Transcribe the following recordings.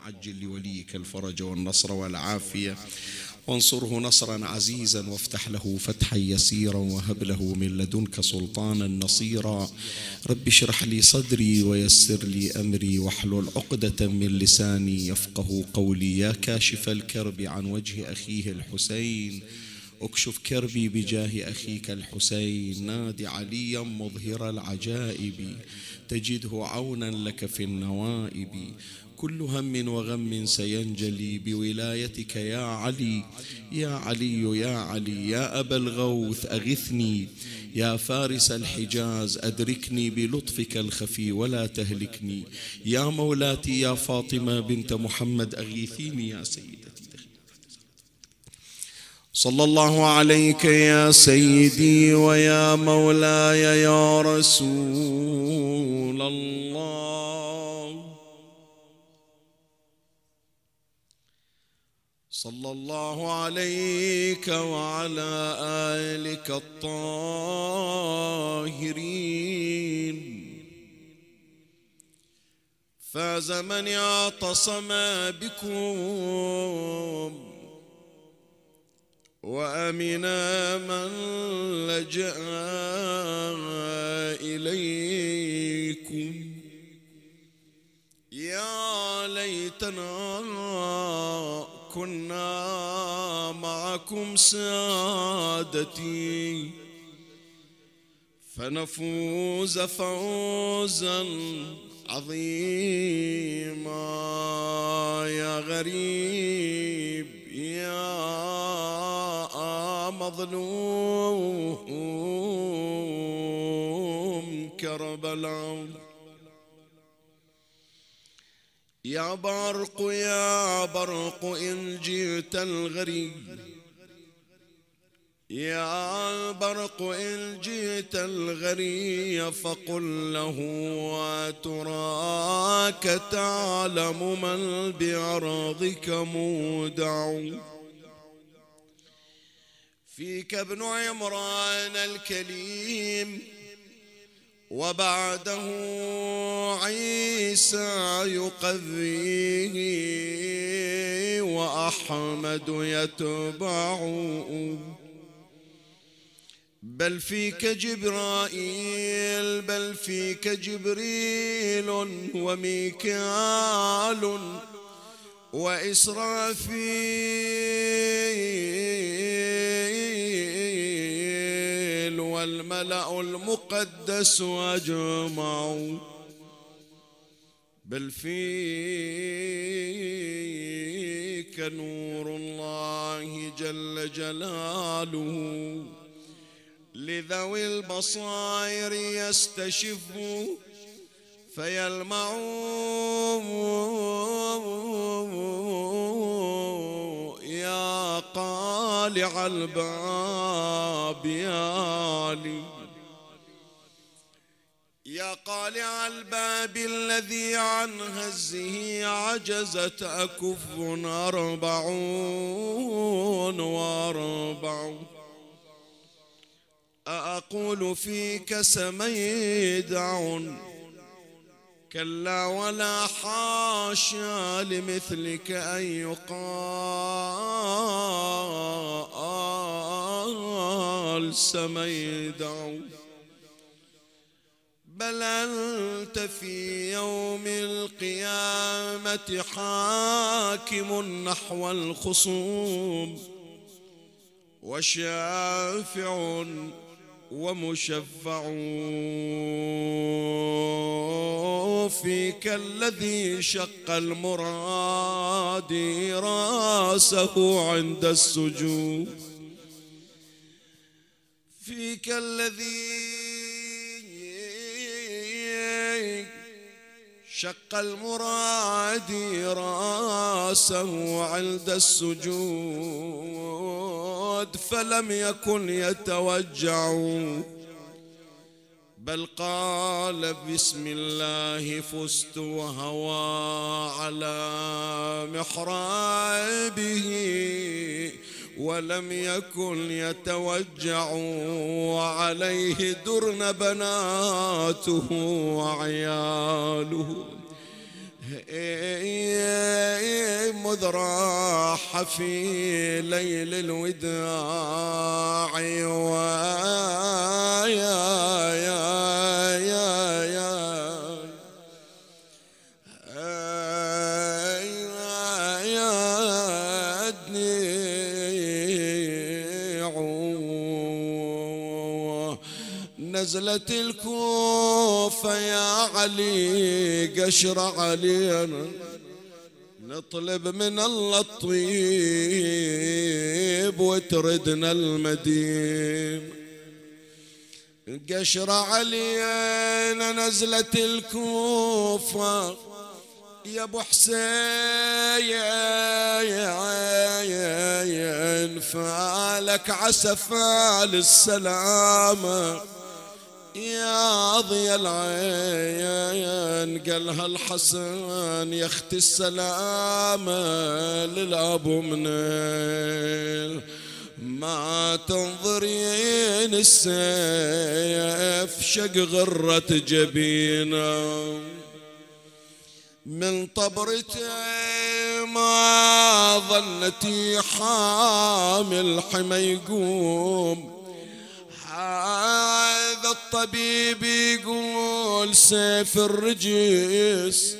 عجل لوليك الفرج والنصر والعافية، وانصره نصرا عزيزا، وافتح له فتحا يسيرا، وهب له من لدنك سلطانا نصيرا. رب اشرح لي صدري ويسر لي أمري، واحلل عقدة من لساني يفقه قولي. يا كاشف الكرب عن وجه أخيه الحسين، اكشف كربي بجاه أخيك الحسين. نادي عليا مظهر العجائب، تجده عونا لك في النوائب. كل هم وغم سينجلي بولايتك يا علي. يا علي يا علي يا أبا الغوث أغثني، يا فارس الحجاز أدركني بلطفك الخفي ولا تهلكني. يا مولاتي يا فاطمة بنت محمد أغيثيني يا سيدتي. صلى الله عليك يا سيدي ويا مولاي يا رسول الله. صلى الله عليك وعلى آلك الطاهرين. فاز من اعتصم بكم، وأمنا من لجأ إليكم. يا ليتنا كنا معكم سادتي، فنفوز فوزا عظيما. يا غريب يا مظلوم كربلاء، يا برق إن جئت الغريب، يا برق إن جئت الغريب، فقل له وتراك تعلم من بأرضك مودع. فيك ابن عمران الكليم، وبعده عيسى يقذيه، وأحمد يتبعه. بل فيك جبرائيل، بل فيك جبريل وميكال وإسرافيل والملأ المقدس أجمعوا. بل فيك نور الله جل جلاله، لذوي البصائر يستشفوا فيلمعوا. يا قالع الباب يا علي، يا قالع الباب الذي عن هزه عجزت أكف 44. أقول فيك سميدع، كلا ولا حاشا لمثلك أن يقال سميدع. بل أنت في يوم القيامة حاكم نحو الخصوم، وشافع ومشفع. فيك الذي شق المراد راسه عند السجود، فيك الذي شق المراد راسه عند السجود، فلم يكن يتوجع، بل قال بسم الله فزت، وهوى على محرابه ولم يكن يتوجع. وعليه درن بناته وعياله. راح في ليل الوداع نزلت الكوفة يا علي قشر علينا نطلب من الله الطيب وتردنا المدين. قشر علينا نزلت الكوفة يا ابو حسين فالك عسفال السلامة يا ضي العين قالها الحسن يا اختي السلامة للابو منيل ما تنظرين السيف شق غرة جبينه من طبرتي ما ظنتي حامل حما يقوم هذا الطبيب يقول سيف الرجس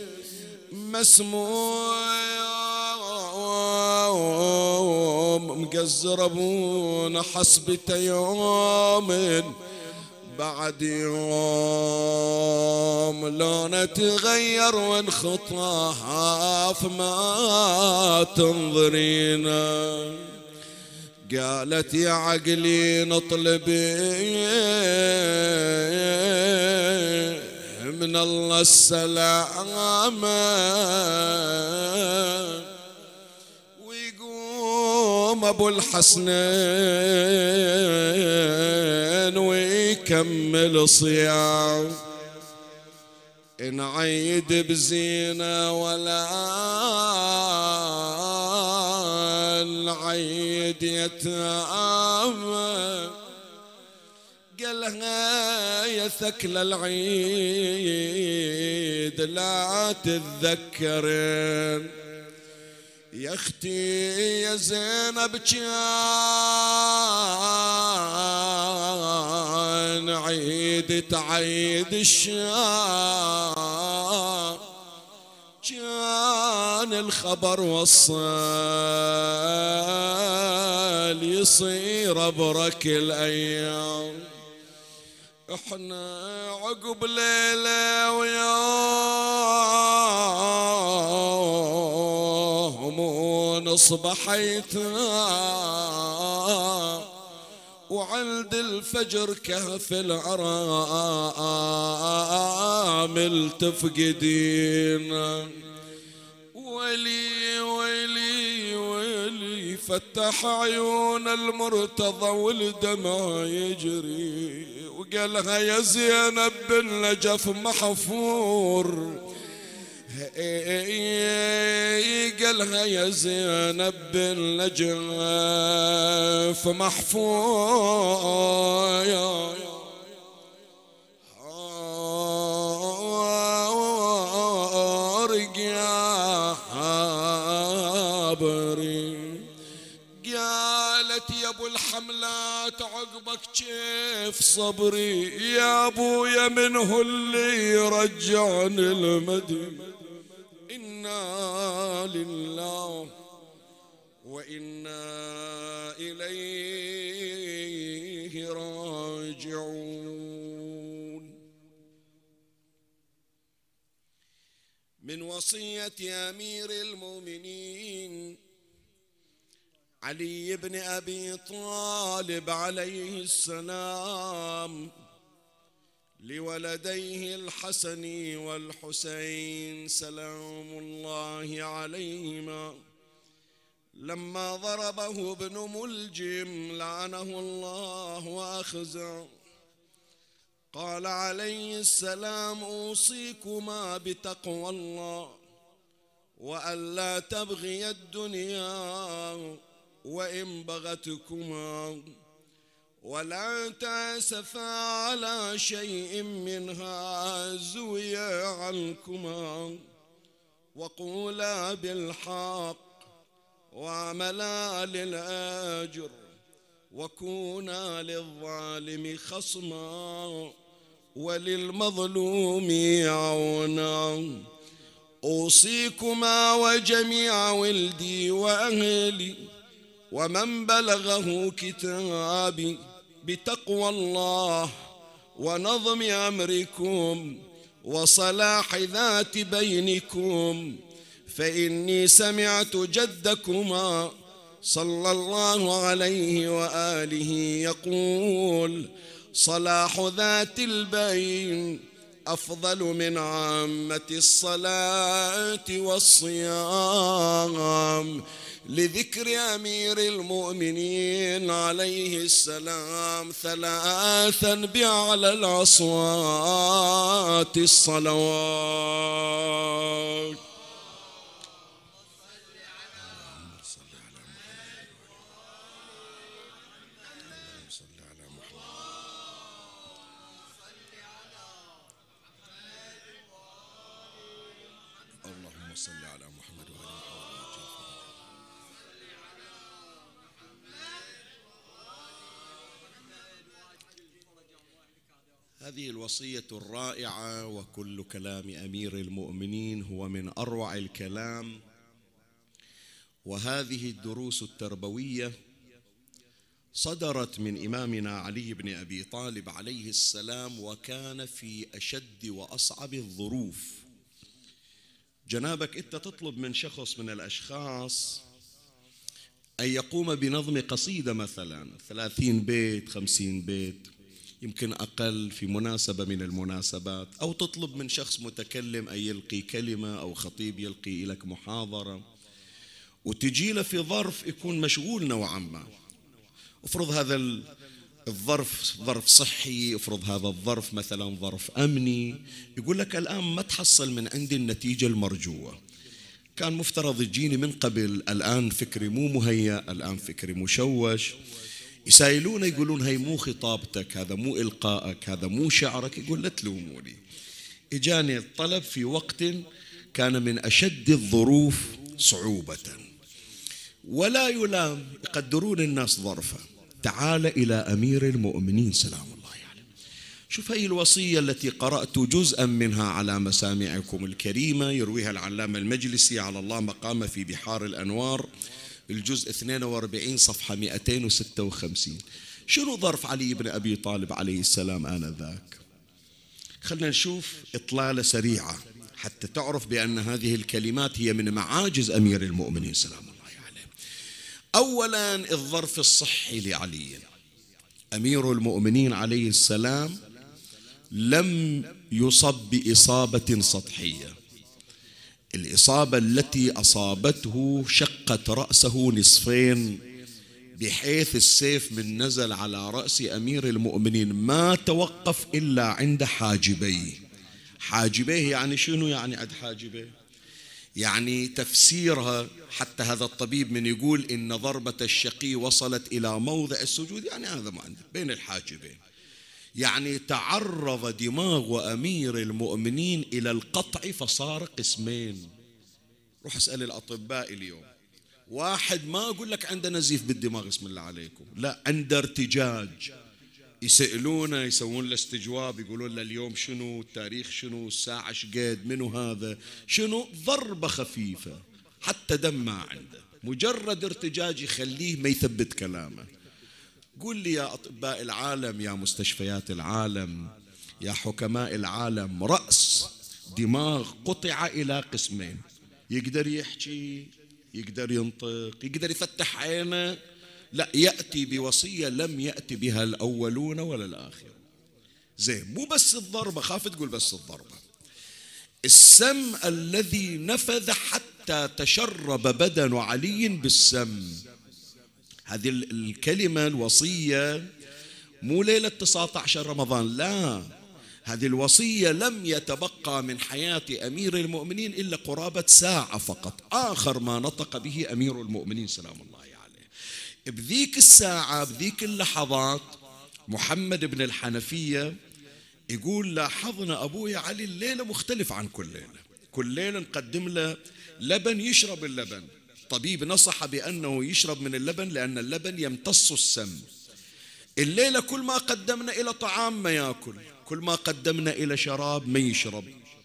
مسموم مقزر ابونا حسبته يوم بعد يوم لونه تغير وانخطاف ما تنظرينا. قالت يا عقلي نطلبي من الله السلامة ويقوم ابو الحسنين ويكمل صيام نعيد بزينة ولا نعيد يتامى قالها يا ثكل العيد لا تتذكرين يا اختي يا زينب كان عيد تعيد الشام كان الخبر وصل يصير برك الايام احنا عقب ليله ويوم ونصبحيت وعند الفجر كهف الأرامل تفقدين ويلي ويلي ويلي فتح عيون المرتضى والدمع يجري وقالها يا زينب بالنجف محفور قالها يا زينب بالنجف محفور يا حابري قالت يا ابو الحملات عقبك كيف صبري يا ابويا منه اللي يرجعني المدينة إنا لله وإنا إليه راجعون. من وصية أمير المؤمنين علي بن أبي طالب عليه السلام لولديه الحسن والحسين سلام الله عليهما لما ضربه ابن ملجم لعنه الله وأخزاه قال عليه السلام أوصيكما بتقوى الله وألا تبغي الدنيا وإن بغتكما ولا تأسفا على شيء منها زوي عنكما وقولا بالحق وعملا للأجر وكونا للظالم خصما وللمظلوم عونا. أوصيكما وجميع ولدي وأهلي ومن بلغه كتابي بتقوى الله ونظم أمركم وصلاح ذات بينكم، فإني سمعت جدكما صلى الله عليه وآله يقول: صلاح ذات البين أفضل من عامة الصلاة والصيام. لذكر أمير المؤمنين عليه السلام ثلاثا بأعلى الأصوات الصلوات. اللهم صل على محمد وآل محمد. هذه الوصية الرائعة، وكل كلام أمير المؤمنين هو من أروع الكلام. وهذه الدروس التربوية صدرت من إمامنا علي بن أبي طالب عليه السلام، وكان في أشد وأصعب الظروف. جنابك أنت تطلب من شخص من الأشخاص أن يقوم بنظم قصيدة مثلا 30 بيت 50 بيت يمكن أقل في مناسبة من المناسبات، أو تطلب من شخص متكلم أن يلقي كلمة، أو خطيب يلقي لك محاضرة، وتجي له في ظرف يكون مشغول نوعا ما. افرض هذا الظرف ظرف صحي، افرض هذا الظرف مثلا ظرف أمني، يقول لك الآن ما تحصل من عندي النتيجة المرجوة، كان مفترض تجيني من قبل، الآن فكري مو مهيأ، الآن فكري مشوش. يسائلون يقولون هي مو خطابتك، هذا مو إلقائك، هذا مو شعرك. يقول لا تلوموني، إجاني الطلب في وقت كان من أشد الظروف صعوبة، ولا يلام، يقدرون الناس ظرفه. تعال إلى أمير المؤمنين سلام الله عليه. شوف هي الوصية التي قرأت جزءا منها على مسامعكم الكريمة، يرويها العلامة المجلسي على الله مقامه في بحار الأنوار، الجزء 42 صفحة 256. شنو ظرف علي بن أبي طالب عليه السلام آنذاك؟ خلنا نشوف إطلالة سريعة حتى تعرف بأن هذه الكلمات هي من معاجز أمير المؤمنين سلام الله عليه. أولا الظرف الصحي لعلي. أمير المؤمنين عليه السلام لم يصب بإصابة سطحية، الإصابة التي أصابته شقت رأسه نصفين، بحيث السيف من نزل على رأس أمير المؤمنين ما توقف إلا عند حاجبيه. حاجبيه يعني شنو؟ يعني عند حاجبيه، يعني تفسيرها حتى هذا الطبيب من يقول إن ضربة الشقي وصلت إلى موضع السجود، يعني هذا ما عنده بين الحاجبين، يعني تعرض دماغ أمير المؤمنين إلى القطع فصار قسمين. روح اسأل الأطباء اليوم، واحد ما أقول لك عنده نزيف بالدماغ بسم الله عليكم، لا، عنده ارتجاج. يسألونه يسوون له استجواب، يقولون له اليوم شنو، التاريخ شنو، الساعة شقد، منو هذا، شنو، ضربة خفيفة حتى دم ما عنده، مجرد ارتجاج يخليه ما يثبت كلامه. قول لي يا أطباء العالم، يا مستشفيات العالم، يا حكماء العالم، رأس دماغ قطع إلى قسمين، يقدر يحكي، يقدر ينطق، يقدر يفتح عينه؟ لا، يأتي بوصية لم يأتي بها الأولون ولا الآخرون. زين، مو بس الضربة، خاف تقول بس الضربة، السم الذي نفذ حتى تشرب بدن علي بالسم. هذه الكلمة الوصية مو ليلة 19 رمضان، لا، هذه الوصية لم يتبقى من حياة أمير المؤمنين إلا قرابة ساعة فقط، آخر ما نطق به أمير المؤمنين سلام الله عليه. بذيك الساعة بذيك اللحظات محمد بن الحنفية يقول لاحظنا أبوي علي الليلة مختلف عن كل ليلة، كل ليلة نقدم له لبن يشرب اللبن، طبيب نصح بأنه يشرب من اللبن لأن اللبن يمتص السم. الليلة كل ما قدمنا إلى طعام ما يأكل، كل ما قدمنا إلى شراب ما يشرب،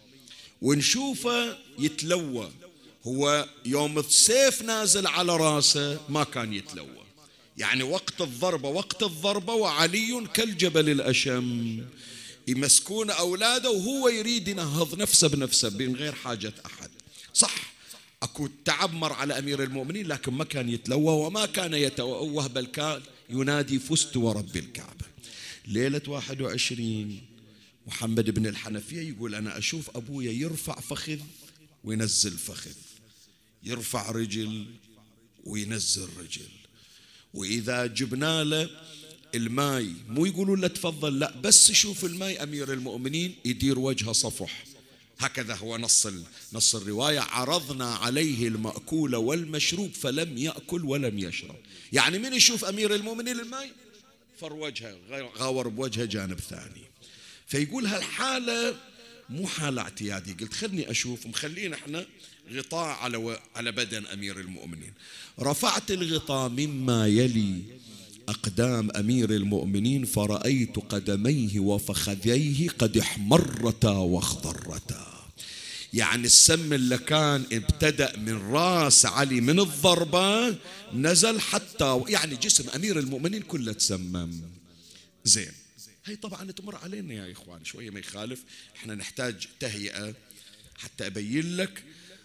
ونشوفه يتلوى. هو يوم السيف نازل على راسه ما كان يتلوى، يعني وقت الضربة وعلي كالجبل الأشم، يمسكون أولاده وهو يريد ينهض نفسه بنفسه من غير حاجة أحد. صح أكو تعب مر على أمير المؤمنين لكن ما كان يتلوى وما كان يتوه، بل كان ينادي فزت ورب الكعبة. ليلة 21 محمد بن الحنفية يقول أنا أشوف أبويا يرفع فخذ وينزل فخذ، يرفع رجل وينزل رجل، وإذا جبنا له الماء مو يقولون له تفضل، لا بس شوف الماء أمير المؤمنين يدير وجهه صفح. هكذا هو نص الرواية: عرضنا عليه المأكول والمشروب فلم يأكل ولم يشرب. يعني من يشوف أمير المؤمنين الماء فر وجهه، غاور بوجهه جانب ثاني. فيقول هالحالة مو حالة اعتيادية. قلت خلني أشوف، مخلين احنا غطاء على بدن أمير المؤمنين. رفعت الغطاء مما يلي أقدام أمير المؤمنين فرأيت قدميه وفخذيه قد احمرتا واخضرتا. يعني السم اللي كان ابتدأ من راس علي من الضربة نزل حتى يعني جسم أمير المؤمنين كله تسمم. زين، هي طبعا تمر علينا يا إخوان شوية ما يخالف، احنا نحتاج تهيئة حتى أبين لك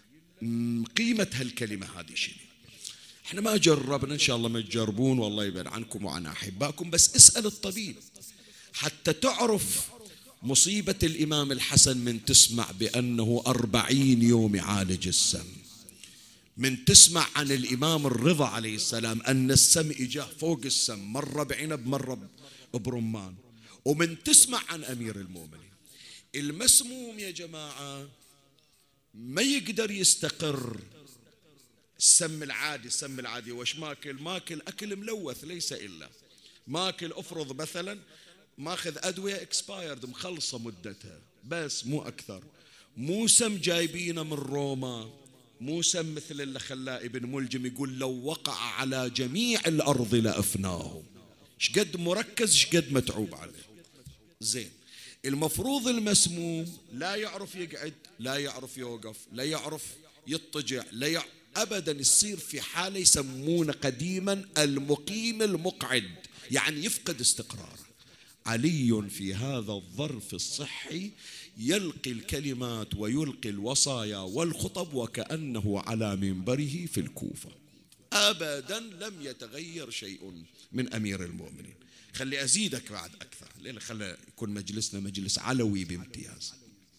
قيمة هالكلمة هذه شنو. احنا ما جربنا، ان شاء الله ما تجربون، والله يبعد عنكم وعن احبائكم، بس اسأل الطبيب حتى تعرف مصيبة الإمام الحسن من تسمع بأنه 40 يوم يعالج السم، من تسمع عن الإمام الرضا عليه السلام أن السم إجاه فوق السم، مرة بعنب مرة برمان، ومن تسمع عن أمير المؤمنين. المسموم يا جماعة ما يقدر يستقر. السم العادي وش ماكل أكل ملوث، ليس إلا ماكل أفرض مثلا ماخذ أدوية اكسبايرد مخلصة مدتها بس مو أكثر، مو سم جايبينه من روما، مو سم مثل اللي خلاه ابن ملجم يقول لو وقع على جميع الأرض لأفناهم. شقد مركز شقد متعوب عليه. زين، المفروض المسموم لا يعرف يقعد، لا يعرف يوقف، لا يعرف يضطجع، أبدا يصير في حالة يسمونه قديما المقيم المقعد، يعني يفقد استقراره. علي في هذا الظرف الصحي يلقي الكلمات ويلقي الوصايا والخطب وكأنه على منبره في الكوفة، أبدا لم يتغير شيء من أمير المؤمنين. خلي أزيدك بعد أكثر، لأن خلي يكون مجلسنا مجلس علوي بامتياز.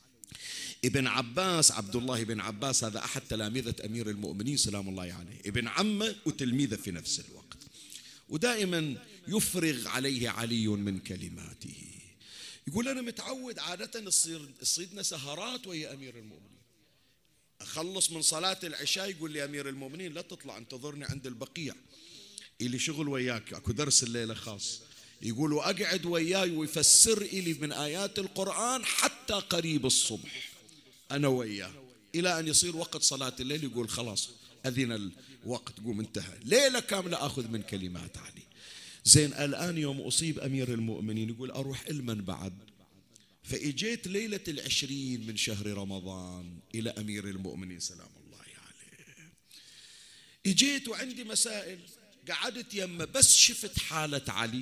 ابن عباس، عبد الله بن عباس، هذا أحد تلامذة أمير المؤمنين سلام الله عليه، ابن عمه وتلميذه في نفس الوقت، ودائما يفرغ عليه علي من كلماته. يقول أنا متعود عادة تصيدنا سهرات ويا أمير المؤمنين، أخلص من صلاة العشاء يقول لي أمير المؤمنين لا تطلع انتظرني عند البقيع، إلي شغل وياك، أكو درس الليلة خاص. يقول وأقعد وياي ويفسر إلي من آيات القرآن حتى قريب الصبح أنا وياه، إلى أن يصير وقت صلاة الليل يقول خلاص أذن الوقت قوم انتهى. ليلة كاملة أخذ من كلمات علي. زين، الآن يوم أصيب أمير المؤمنين يقول أروح علما بعد، فإجيت ليلة 20 من شهر رمضان إلى أمير المؤمنين سلام الله عليه. إجيت وعندي مسائل، قعدت يمه، بس شفت حالة علي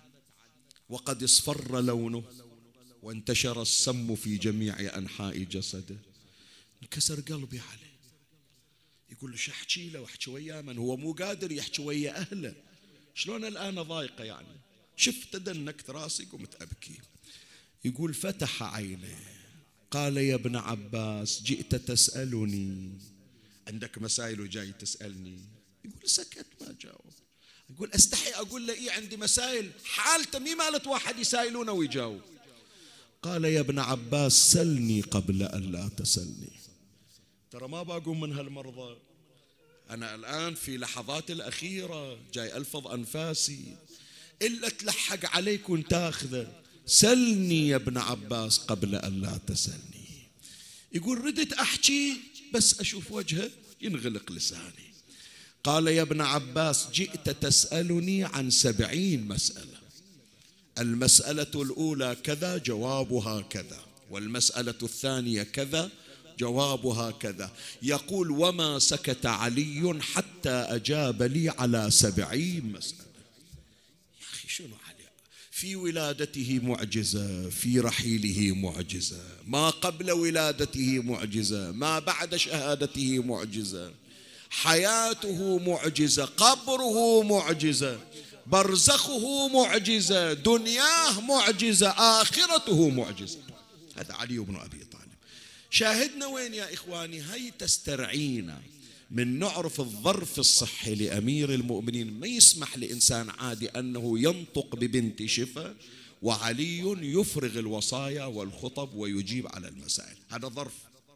وقد اصفر لونه وانتشر السم في جميع أنحاء جسده، انكسر قلبي عليه. يقول له شحكي له واحكي وياه، من هو مو قادر يحكي ويا أهله، شلون الآن ضايقة يعني. شفت تدنكت راسي قمت أبكي. يقول فتح عينه قال يا ابن عباس جئت تسألني، عندك مسائل وجاي تسألني؟ يقول سكت ما جاوب. يقول استحي أقول له إيه عندي مسائل، حالته مي مالت واحد يسائلونه ويجاوب. قال يا ابن عباس سلني قبل أن لا تسلني، ترى ما بقوم من هالمرضى، أنا الآن في لحظات الأخيرة جاي ألفظ أنفاسي، إلا تلحق عليك وتاخذه، سلني يا ابن عباس قبل أن لا تسلني. يقول ردت أحكي بس أشوف وجهه ينغلق لساني. قال يا ابن عباس جئت تسألني عن 70 مسألة، المسألة الأولى كذا جوابها كذا، والمسألة الثانية كذا جوابها كذا. يقول وما سكت علي حتى أجاب لي على 70 مسألة. يا أخي شنو علي؟ في ولادته معجزة، في رحيله معجزة، ما قبل ولادته معجزة، ما بعد شهادته معجزة، حياته معجزة، قبره معجزة، برزخه معجزة، دنياه معجزة، آخرته معجزة. هذا علي بن أبي طالب. شاهدنا وين يا إخواني؟ هي تسترعينا من نعرف الظرف الصحي لأمير المؤمنين. ما يسمح لإنسان عادي أنه ينطق ببنت شفا وعلي يفرغ الوصايا والخطب ويجيب على المسائل. هذا ظرف.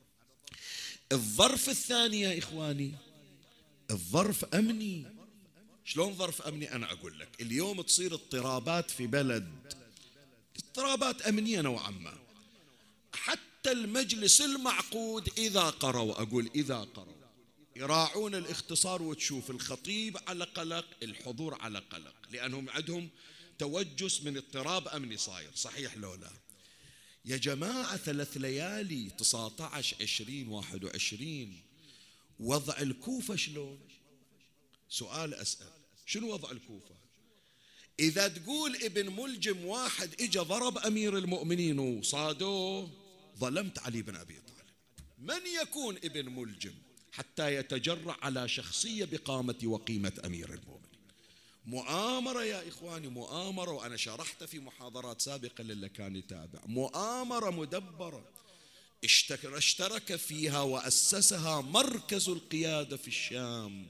الظرف الثاني يا إخواني الظرف أمني. شلون ظرف أمني؟ أنا أقول لك اليوم تصير اضطرابات في بلد، اضطرابات أمنية نوعا ما، حتى المجلس المعقود إذا قروا، أقول إذا قروا، يراعون الاختصار، وتشوف الخطيب على قلق، الحضور على قلق، لأنهم عندهم توجس من اضطراب أمني صاير. صحيح لو لا؟ يا جماعة 3 ليالي 19 20 21 وضع الكوفة شلون؟ سؤال أسأل، شنو وضع الكوفة؟ إذا تقول ابن ملجم واحد إجا ضرب أمير المؤمنين وصادوه، ظلمت علي بن أبي طالب. من يكون ابن ملجم حتى يتجرأ على شخصية بقامة وقيمة أمير المؤمنين؟ مؤامرة يا إخواني، مؤامرة، وأنا شرحت في محاضرات سابقة للي كان يتابع، مؤامرة مدبرة اشترك فيها وأسسها مركز القيادة في الشام،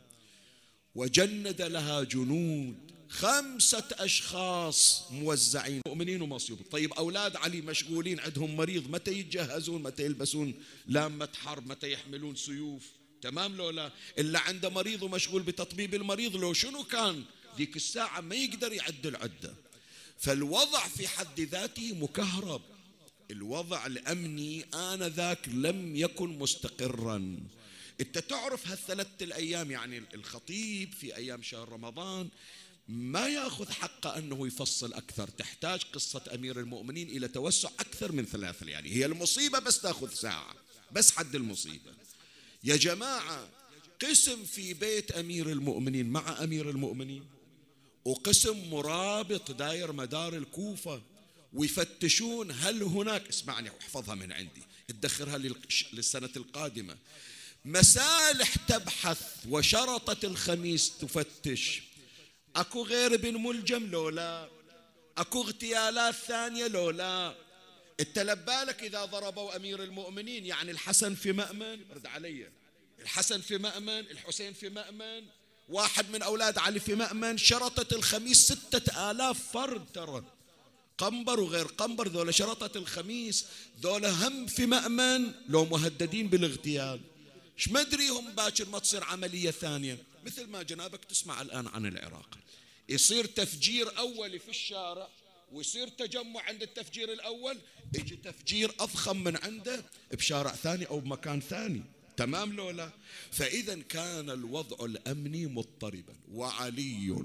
وجند لها جنود 5 أشخاص موزعين مؤمنين ومصيوبين. طيب أولاد علي مشغولين، عندهم مريض، متى يتجهزون؟ متى يلبسون لامة حرب؟ متى يحملون سيوف؟ تمام لو لا؟ إلا عنده مريض ومشغول بتطبيب المريض، لو شنو كان ذيك الساعة ما يقدر يعد العدة. فالوضع في حد ذاته مكهرب، الوضع الأمني آنذاك لم يكن مستقرا. انت تعرف هالثلاث الأيام، يعني الخطيب في أيام شهر رمضان ما يأخذ حقه أنه يفصل أكثر، تحتاج قصة أمير المؤمنين إلى توسع أكثر من 3 ليالي. هي المصيبة بس تأخذ ساعة، بس حد المصيبة. يا جماعة قسم في بيت أمير المؤمنين مع أمير المؤمنين، وقسم مرابط داير مدار الكوفة، ويفتشون هل هناك، اسمعني واحفظها من عندي ادخرها للسنة القادمة، مسالح تبحث وشرطة الخميس تفتش. اكو غير ابن ملجم لو لا؟ اكو اغتيالات ثانية لو لا؟ انت لبالك اذا ضربوا امير المؤمنين يعني الحسن في مأمن، رد علي، الحسن في مأمن، الحسين في مأمن، واحد من اولاد علي في مأمن، شرطة الخميس 6000 فرد، ترى قنبر وغير قنبر، ذولا شرطة الخميس ذولا هم في مأمن لو مهددين بالاغتيال. ايش ما ادريهم باكر ما تصير عملية ثانية، مثل ما جنابك تسمع الآن عن العراق، يصير تفجير أولي في الشارع ويصير تجمع عند التفجير الأول، يجي تفجير أضخم من عنده بشارع ثاني أو بمكان ثاني. تمام لو لا؟ فإذا كان الوضع الأمني مضطربا، وعلي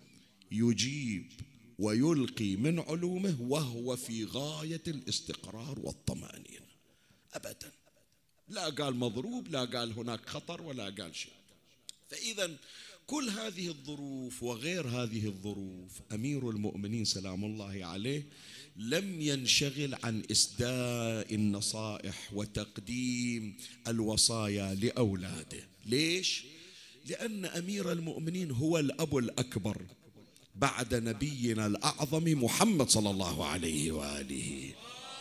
يجيب ويلقي من علومه وهو في غاية الاستقرار والطمأنينة. أبدا لا قال مضروب، لا قال هناك خطر، ولا قال شيء. فإذا كل هذه الظروف وغير هذه الظروف أمير المؤمنين سلام الله عليه لم ينشغل عن إسداء النصائح وتقديم الوصايا لأولاده. ليش؟ لأن أمير المؤمنين هو الأب الأكبر بعد نبينا الأعظم محمد صلى الله عليه وآله.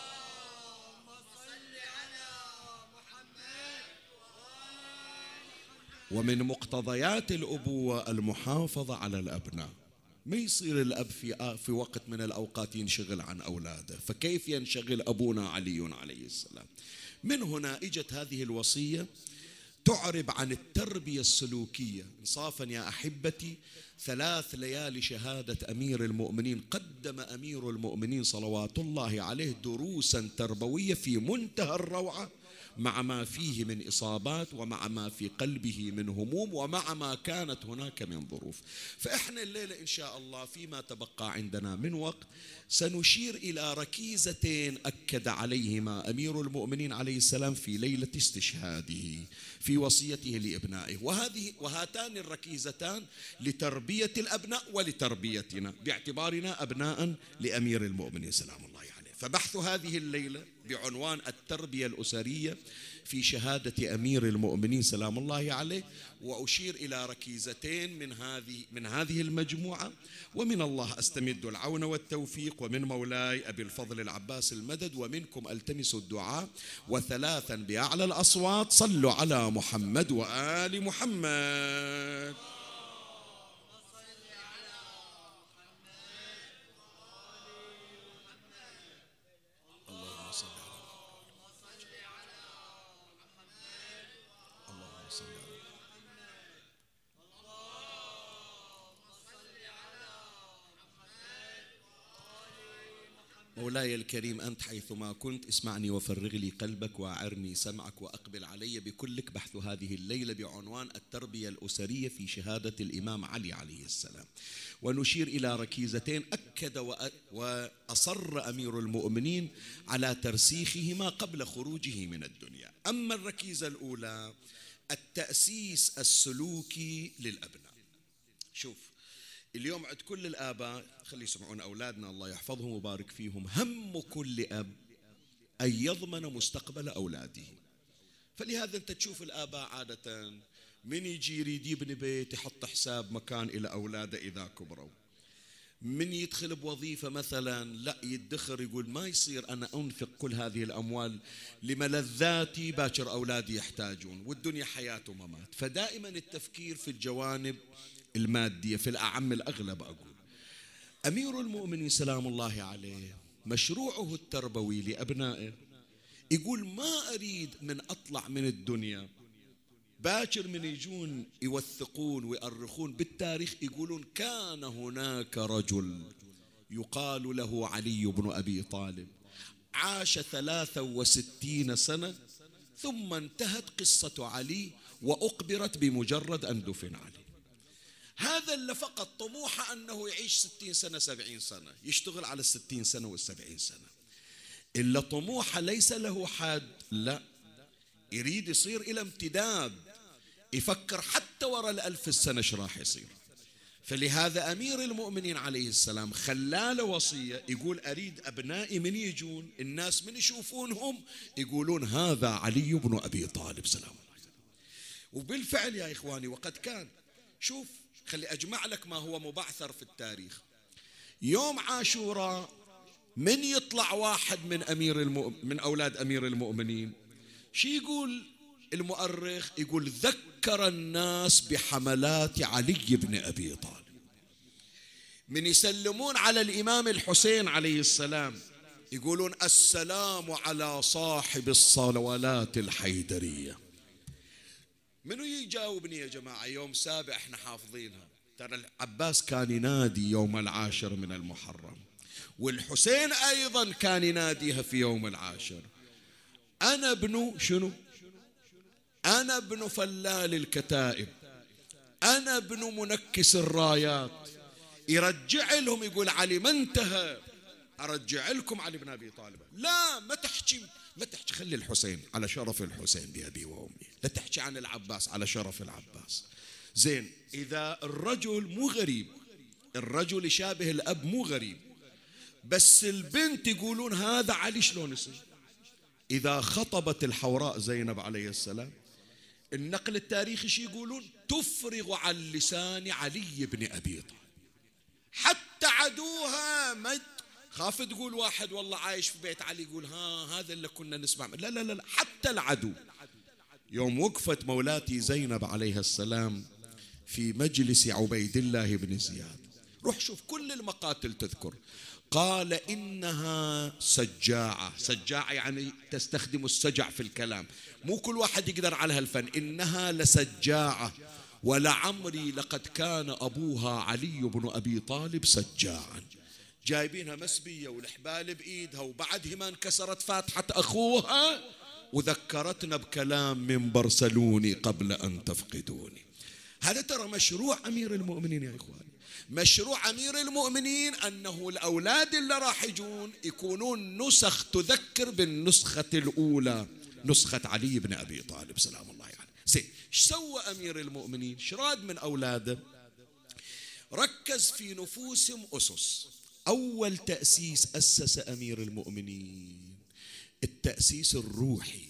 ومن مقتضيات الأبوة المحافظة على الأبناء. ما يصير الأب في وقت من الأوقات ينشغل عن أولاده، فكيف ينشغل أبونا علي عليه السلام؟ من هنا إجت هذه الوصية تعرب عن التربية السلوكية. إنصافا يا أحبتي 3 ليالي شهادة أمير المؤمنين، قدم أمير المؤمنين صلوات الله عليه دروسا تربوية في منتهى الروعة، مع ما فيه من إصابات ومع ما في قلبه من هموم ومع ما كانت هناك من ظروف. فإحنا الليلة إن شاء الله فيما تبقى عندنا من وقت سنشير إلى ركيزتين أكد عليهما أمير المؤمنين عليه السلام في ليلة استشهاده في وصيته لأبنائه، وهاتان الركيزتان لتربية الأبناء ولتربيتنا باعتبارنا أبناء لأمير المؤمنين سلام الله عليه. فبحث هذه الليلة بعنوان التربية الأسرية في شهادة أمير المؤمنين سلام الله عليه، وأشير إلى ركيزتين من هذه المجموعة، ومن الله أستمد العون والتوفيق، ومن مولاي أبي الفضل العباس المدد، ومنكم ألتمس الدعاء. وثلاثا بأعلى الأصوات صلوا على محمد وآل محمد. اللهم صل على مولاي الكريم، أنت حيثما كنت اسمعني وفرغ لي قلبك وأعرني سمعك وأقبل علي بكلك. بحث هذه الليلة بعنوان التربية الأسرية في شهادة الإمام علي عليه السلام، ونشير إلى ركيزتين أكد وأصر أمير المؤمنين على ترسيخهما قبل خروجه من الدنيا. أما الركيزة الأولى التأسيس السلوكي للأبناء. شوف، اليوم عند كل الآباء، خلي يسمعون أولادنا الله يحفظهم ويبارك فيهم، هم كل أب أن يضمن مستقبل أولاده. فلهذا أنت تشوف الآباء عادة من يجي يريد يبني بيت يحط حساب مكان إلى أولاده إذا كبروا، من يدخل بوظيفة مثلا لا يدخر، يقول ما يصير أنا أنفق كل هذه الأموال لملذاتي باكر أولادي يحتاجون، والدنيا حياة وممات. فدائما التفكير في الجوانب المادية في الأعم الأغلب. أقول أمير المؤمنين سلام الله عليه مشروعه التربوي لأبنائه يقول ما أريد من أطلع من الدنيا باكر من يجون يوثقون ويؤرخون بالتاريخ يقولون كان هناك رجل يقال له علي بن أبي طالب عاش 63 سنة ثم انتهت قصة علي وأقبرت بمجرد أن دفن علي. هذا اللي فقط طموحه أنه يعيش 60 سنة 70 سنة، يشتغل على 60 سنة و70 سنة. إلا طموحه ليس له حد، لا، يريد يصير إلى امتداد، يفكر حتى وراء 1000 سنة ايش راح يصير. فلهذا أمير المؤمنين عليه السلام خلاله وصية يقول أريد أبنائي من يجون الناس من يشوفونهم يقولون هذا علي بن أبي طالب سلام الله عليه. وبالفعل يا إخواني وقد كان. شوف، خلي أجمع لك ما هو مبعثر في التاريخ. يوم عاشوراء من يطلع واحد من أولاد أمير المؤمنين، شي يقول المؤرخ؟ يقول ذكر الناس بحملات علي بن أبي طالب. من يسلمون على الإمام الحسين عليه السلام يقولون السلام على صاحب الصلوات الحيدرية. منو يجاوبني يا جماعة؟ يوم 7 احنا حافظينها، ترى العباس كان ينادي يوم 10 من المحرم، والحسين أيضا كان يناديها في يوم 10. أنا ابن شنو؟ أنا ابن فلال الكتائب، أنا ابن منكس الرايات. يرجع لهم يقول علي ما انتهى، أرجع لكم علي بن أبي طالب. لا، ما تحكي خلي الحسين على شرف الحسين بأبي وأمي، لا تحكي عن العباس على شرف العباس. زين، إذا الرجل مو غريب، الرجل يشابه الأب مو غريب، بس البنت يقولون هذا علي شلون يصير؟ إذا خطبت الحوراء زينب عليه السلام، النقل التاريخي شي يقولون تفرغ عن لسان علي بن أبي طالب، حتى عدوها ما خاف تقول واحد والله عايش في بيت علي يقول هذا اللي كنا نسمع. لا لا لا، حتى العدو. يوم وقفت مولاتي زينب عليها السلام في مجلس عبيد الله بن زياد، روح شوف كل المقاتل تذكر، قال إنها سجاعة. سجاعة يعني تستخدم السجع في الكلام، مو كل واحد يقدر على هالفن. إنها لسجاعة ولعمري لقد كان أبوها علي بن أبي طالب سجاعا. جايبينها مسبية والحبال بإيدها وبعدها ما انكسرت فاتحة أخوها وذكرتنا بكلام من برسلوني قبل أن تفقدوني. هذا ترى مشروع أمير المؤمنين يا إخواني. مشروع أمير المؤمنين أنه الأولاد اللي راح يجون يكونون نسخ تذكر بالنسخة الأولى، نسخة علي بن أبي طالب سلام الله عليه. زين، ايش سوى أمير المؤمنين؟ شراد من أولاده ركز في نفوسهم أسس. أول تأسيس أسس أمير المؤمنين التأسيس الروحي.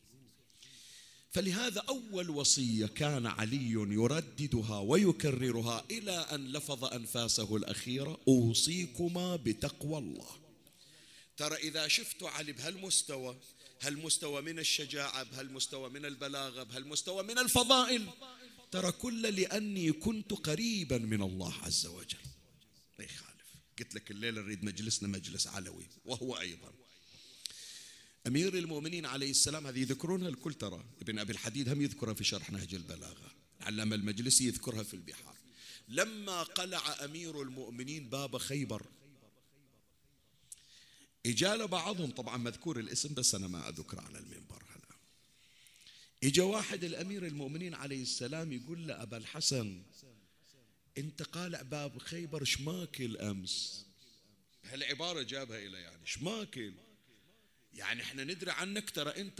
فلهذا أول وصية كان علي يرددها ويكررها إلى أن لفظ أنفاسه الأخيرة: أوصيكما بتقوى الله. ترى إذا شفتوا علي بهالمستوى، هالمستوى من الشجاعة، بهالمستوى من البلاغة، بهالمستوى من الفضائل، ترى كل لأني كنت قريبا من الله عز وجل. لا يخالف. قلت لك الليلة نريد مجلسنا مجلس علوي، وهو أيضا أمير المؤمنين عليه السلام. هذه يذكرونها الكل، ترى ابن أبي الحديد هم يذكرها في شرح نهج البلاغة، علامة المجلسي يذكرها في البحار. لما قلع أمير المؤمنين باب خيبر، إجا بعضهم، طبعا مذكور الاسم بس أنا ما أذكر على المنبر هلا. إجا واحد الأمير المؤمنين عليه السلام يقول له: أبا الحسن، أنت قالع باب خيبر شماكل أمس؟ هالعبارة جابها إلى يعني شماكل، يعني احنا ندري عنك، ترى انت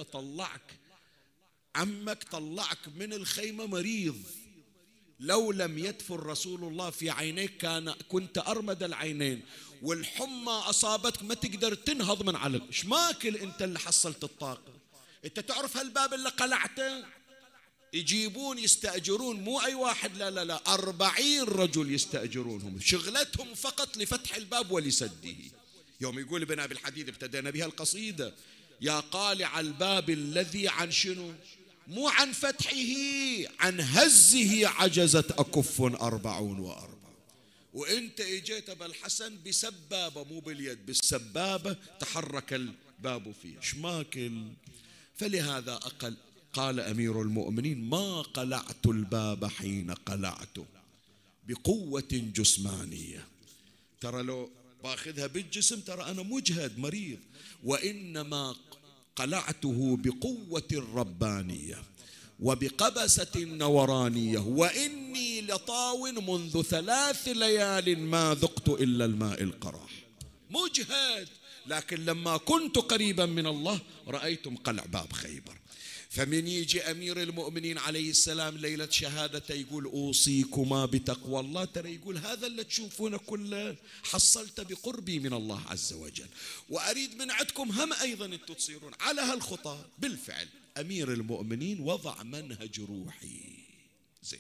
عمك طلعك من الخيمة مريض، لو لم يدفن رسول الله في عينيك كنت أرمد العينين، والحمى أصابتك ما تقدر تنهض من علق. شماكل انت اللي حصلت الطاقة؟ انت تعرف هالباب اللي قلعته؟ يجيبون يستأجرون، مو أي واحد، لا لا لا، 40 رجل يستأجرونهم، شغلتهم فقط لفتح الباب ولسده. يوم يقول ابن أبي الحديد ابتدينا بها القصيدة: يا قالع الباب الذي عن شنو؟ مو عن فتحه، عن هزه عجزت أكف 44. وانت اجيت ابا الحسن بسبابة، مو باليد، بالسبابة تحرك الباب فيه شماكل. فلهذا قال أمير المؤمنين: ما قلعت الباب حين قلعته بقوة جسمانية. ترى لو باخذها بالجسم ترى أنا مجهد مريض، وإنما قلعته بقوة ربانية وبقبسة نورانية، وإني لطاو منذ 3 ليال ما ذقت إلا الماء القراح. مجهد، لكن لما كنت قريبا من الله رأيتم قلع باب خيبر. فمن يجي أمير المؤمنين عليه السلام ليلة شهادته يقول: أوصيكما بتقوى الله، ترى يقول هذا اللي تشوفونه كله حصلت بقربي من الله عز وجل، وأريد من عندكم هم أيضا أنتم تصيرون على هالخطى. بالفعل أمير المؤمنين وضع منهج روحي. زين،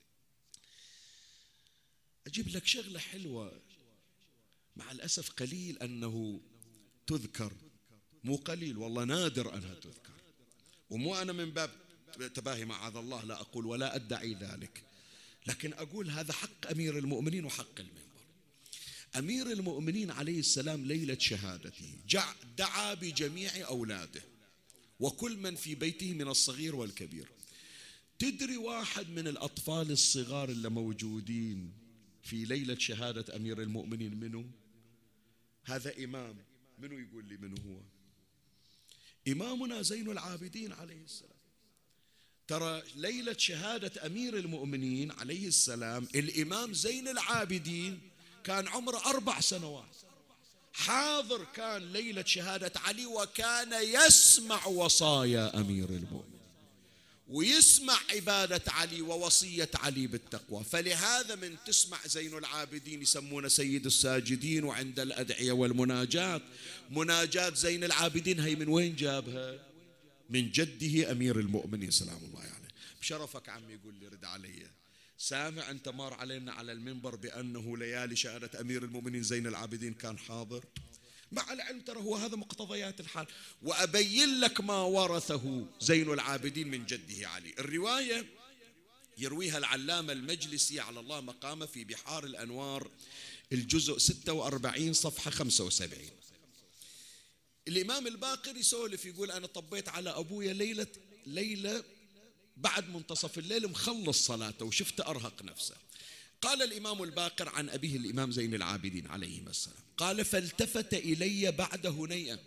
أجيب لك شغلة حلوة، مع الأسف قليل أنه تذكر، مو قليل والله، نادر أنها تذكر، ومو أنا من باب تباهي معاذ الله، لا أقول ولا أدعي ذلك، لكن أقول هذا حق أمير المؤمنين وحق المنبر. أمير المؤمنين عليه السلام ليلة شهادته دعا بجميع أولاده وكل من في بيته من الصغير والكبير. تدري واحد من الأطفال الصغار اللي موجودين في ليلة شهادة أمير المؤمنين منه؟ هذا إمام. منو يقول لي منو هو؟ إمامنا زين العابدين عليه السلام. ترى ليلة شهادة أمير المؤمنين عليه السلام الإمام زين العابدين كان عمره 4 سنوات، حاضر كان ليلة شهادة علي، وكان يسمع وصايا أمير المؤمنين ويسمع عبادة علي ووصية علي بالتقوى. فلهذا من تسمع زين العابدين يسمونه سيد الساجدين، وعند الأدعية والمناجات مناجات زين العابدين هي من وين جابها؟ من جده أمير المؤمنين سلام الله عليه. يعني بشرفك عمي يقول لي رد علي، سامع أنت مار علينا على المنبر بأنه ليالي شهادة أمير المؤمنين زين العابدين كان حاضر؟ مع العلم ترى هو هذا مقتضيات الحال، وأبين لك ما ورثه زين العابدين من جده علي. الرواية يرويها العلامة المجلسي على الله مقامه في بحار الأنوار الجزء 46 صفحة 75. الإمام الباقر يسولف يقول: أنا طبيت على أبويا ليلة بعد منتصف الليل مخلص صلاته وشفت أرهق نفسه. قال الإمام الباقر عن أبيه الإمام زين العابدين عليه السلام، قال: فالتفت إلي بعد هنيئة،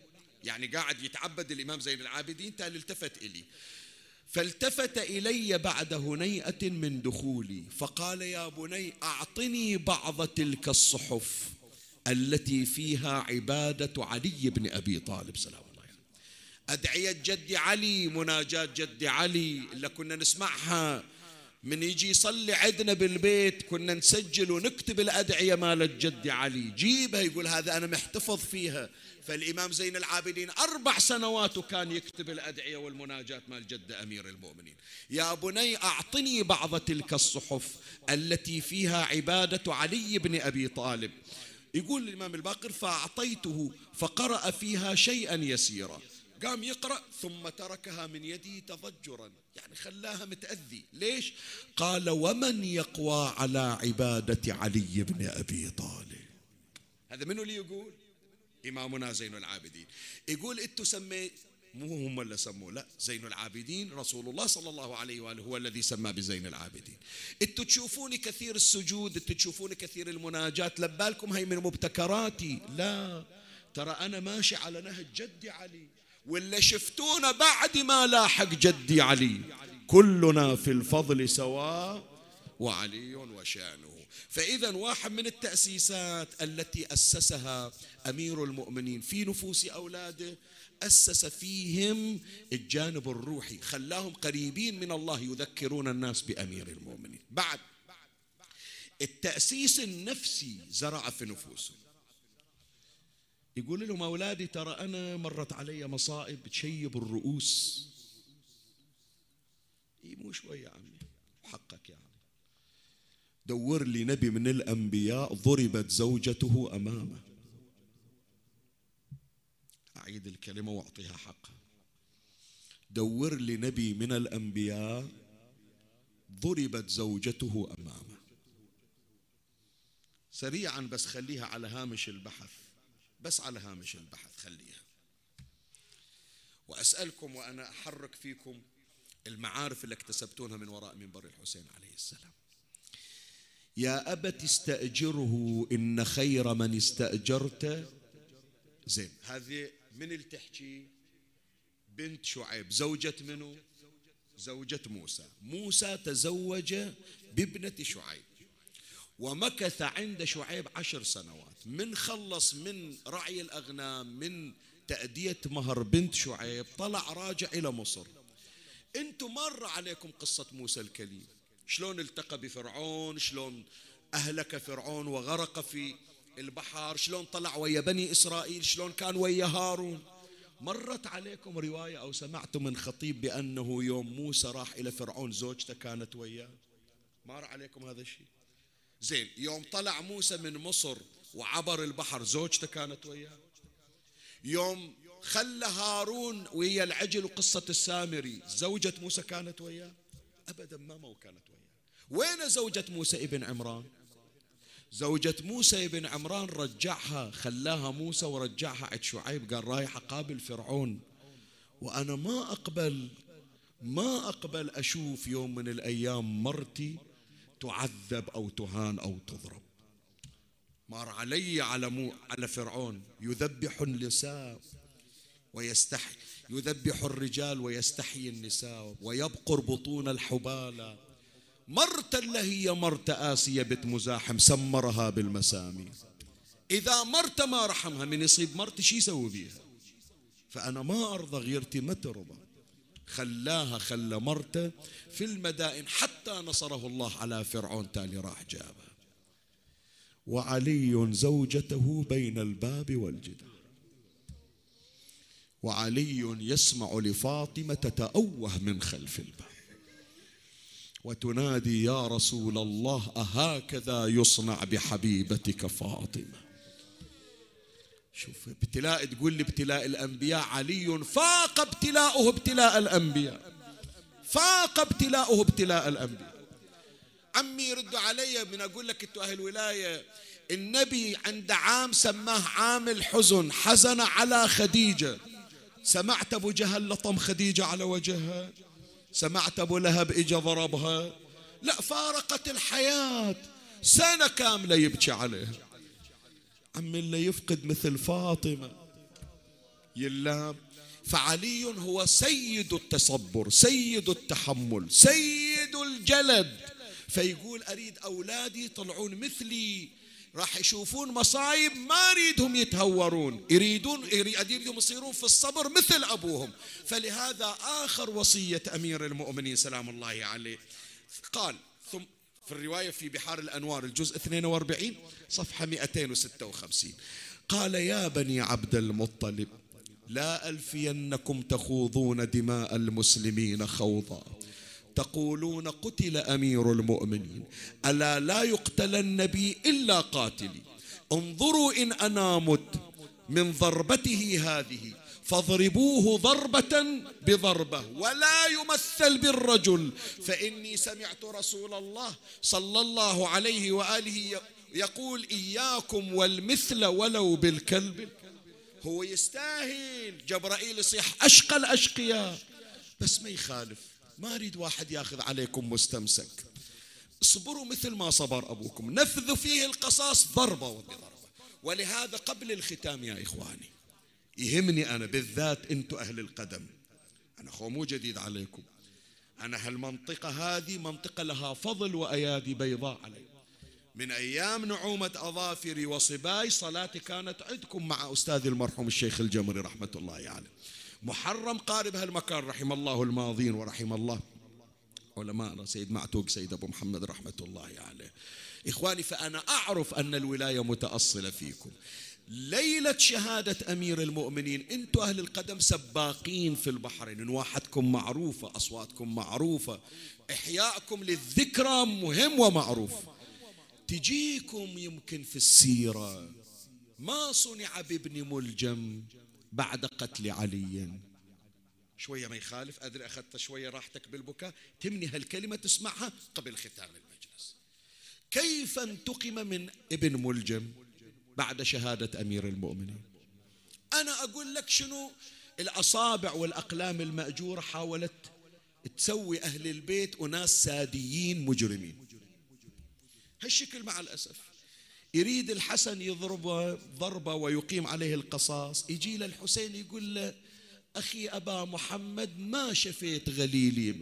يعني قاعد يتعبد الإمام زين العابدين، تالي التفت إلي، فالتفت إلي بعد هنيئة من دخولي فقال: يا بني أعطني بعض تلك الصحف التي فيها عبادة علي بن أبي طالب سلام الله عليه، أدعية جدي علي، مناجات جدي علي اللي كنا نسمعها من يجي يصلي عندنا بالبيت، كنا نسجل ونكتب الأدعية مالت جدي علي، جيبها يقول هذا أنا محتفظ فيها. فالإمام زين العابدين 4 سنوات وكان يكتب الأدعية والمناجات مال جد أمير المؤمنين. يا بني أعطني بعض تلك الصحف التي فيها عبادة علي بن أبي طالب. يقول الإمام الباقر: فأعطيته فقرأ فيها شيئا يسيرا، قام يقرأ ثم تركها من يدي تضجرا، يعني خلاها متأذي. ليش؟ قال: ومن يقوى على عبادة علي بن أبي طالب؟ هذا منو اللي يقول؟ إمامنا زين العابدين. يقول: انتو سميت، مو هم اللي سموه، لا، زين العابدين رسول الله صلى الله عليه وآله هو الذي سمى بزين العابدين. انتو تشوفوني كثير السجود، انتو تشوفوني كثير المناجات، لبالكم هي من مبتكراتي، لا، ترى أنا ماشي على نهج جدي علي، واللي شفتونا بعد ما لاحق جدي علي كلنا في الفضل سواء وعلي وشانه. فإذا واحد من التأسيسات التي أسسها أمير المؤمنين في نفوس أولاده، أسس فيهم الجانب الروحي، خلاهم قريبين من الله، يذكرون الناس بأمير المؤمنين. بعد التأسيس النفسي زرع في نفوسهم، يقول لهم: أولادي ترى أنا مرت علي مصائب تشيب الرؤوس. مو شوية يا عمي، حقك يعني، دور لي نبي من الأنبياء ضربت زوجته أمامه. أعيد الكلمة وأعطيها حقها، دور لي نبي من الأنبياء ضربت زوجته أمامه. سريعا بس خليها على هامش البحث، بس على هامش البحث خليها، وأسألكم وأنا أحرك فيكم المعارف اللي اكتسبتونها من وراء منبر الحسين عليه السلام. يا أبت استأجره إن خير من استأجرت زين. هذه من التحكي؟ بنت شعيب، زوجة منه؟ زوجة موسى. موسى تزوج بابنة شعيب ومكث عند شعيب 10 سنوات، من خلص من رعي الأغنام، من تأدية مهر بنت شعيب، طلع راجع إلى مصر. أنتم مر عليكم قصة موسى الكليم، شلون التقى بفرعون، شلون أهلك فرعون وغرق في البحر، شلون طلع ويا بني إسرائيل، شلون كان ويا هارون. مرت عليكم رواية أو سمعتم من خطيب بأنه يوم موسى راح إلى فرعون زوجته كانت وياه؟ مر عليكم هذا الشيء؟ زين، يوم طلع موسى من مصر وعبر البحر زوجته كانت وياه؟ يوم خلى هارون ويا العجل وقصة السامري زوجة موسى كانت وياه؟ أبدا ما كانت وياه. وين زوجة موسى ابن عمران؟ زوجة موسى ابن عمران رجعها، خلاها موسى ورجعها عند شعيب، قال رايح أقابل فرعون وأنا ما أقبل أشوف يوم من الأيام مرتي تعذب أو تهان أو تضرب. مر علي على فرعون يذبح النساء ويستحي، يذبح الرجال ويستحيي النساء ويبقر بطون الحبالة. مرت اللي هي مرت آسيا بنت مزاحم سمرها بالمسامير. إذا مرت ما رحمها، من يصيب مرت شي يسوي بيها؟ فأنا ما أرضى غيرتي ما ترضى. خلى مرته في المدائن حتى نصره الله على فرعون، تالي راح جابها. وعلي زوجته بين الباب والجدار، وعلي يسمع لفاطمة تتأوه من خلف الباب وتنادي: يا رسول الله أهكذا يصنع بحبيبتك فاطمة؟ شوف ابتلاء، تقول لي ابتلاء الأنبياء، علي فاق ابتلاؤه ابتلاء الأنبياء، فاق ابتلاؤه ابتلاء الأنبياء. عمي يردوا علي من أقول لك أنتوا أهل ولاية، النبي عند عام سماه عام الحزن، حزن على خديجة. سمعت أبو جهل لطم خديجة على وجهها؟ سمعت أبو لهب إجا ضربها؟ لا، فارقت الحياة، سنة كاملة يبكي عليها. عمي اللي يفقد مثل فاطمة يلام. فعلي هو سيد التصبر، سيد التحمل، سيد الجلد. فيقول أريد أولادي يطلعون مثلي، راح يشوفون مصايب ما أريدهم يتهورون، أريدهم يصيرون في الصبر مثل أبوهم. فلهذا آخر وصية أمير المؤمنين سلام الله عليه قال، ثم في الرواية في بحار الأنوار الجزء 42 صفحة 256، قال: يا بني عبد المطلب، لا ألفينكم تخوضون دماء المسلمين خوضا، تقولون قتل أمير المؤمنين، ألا لا يقتلن بي إلا قاتلي، انظروا إن أنا مت من ضربته هذه فاضربوه ضربة بضربة ولا يمثل بالرجل، فإني سمعت رسول الله صلى الله عليه وآله يقول: إياكم والمثل ولو بالكلب. هو يستاهل جبرائيل يصيح أشقى الأشقياء، بس ما يخالف، ما أريد واحد ياخذ عليكم مستمسك. اصبروا مثل ما صبر أبوكم، نفذوا فيه القصاص ضربة وبضربة. ولهذا قبل الختام يا إخواني، يهمني أنا بالذات أنتم أهل القدم، أنا أخو مو جديد عليكم، أنا هالمنطقة هذه منطقة لها فضل وأيادي بيضاء علي. من أيام نعومة أظافري وصباي صلاتي كانت عندكم مع أستاذي المرحوم الشيخ الجمري رحمة الله عليه. محرم قارب هالمكان رحم الله الماضين ورحم الله علماء سيد معتوق سيد أبو محمد رحمة الله عليه. إخواني، فأنا أعرف أن الولاية متأصلة فيكم. ليلة شهادة أمير المؤمنين أنتم أهل القدم سباقين في البحرين، نواحتكم معروفة، أصواتكم معروفة، إحياءكم للذكرى مهم ومعروف. تجيكم يمكن في السيرة ما صنع بابن ملجم بعد قتل علي. شوية ما يخالف، أدري أخذت شوية راحتك بالبكاء، تمني هالكلمة تسمعها قبل ختام المجلس. كيف انتقم من ابن ملجم بعد شهادة أمير المؤمنين؟ أنا أقول لك شنو الأصابع والأقلام المأجورة حاولت تسوي أهل البيت وناس ساديين مجرمين هالشكل. مع الأسف يريد الحسن يضربه ضربة ويقيم عليه القصاص، يجي له الحسين يقول له: أخي أبا محمد ما شفيت غليلي،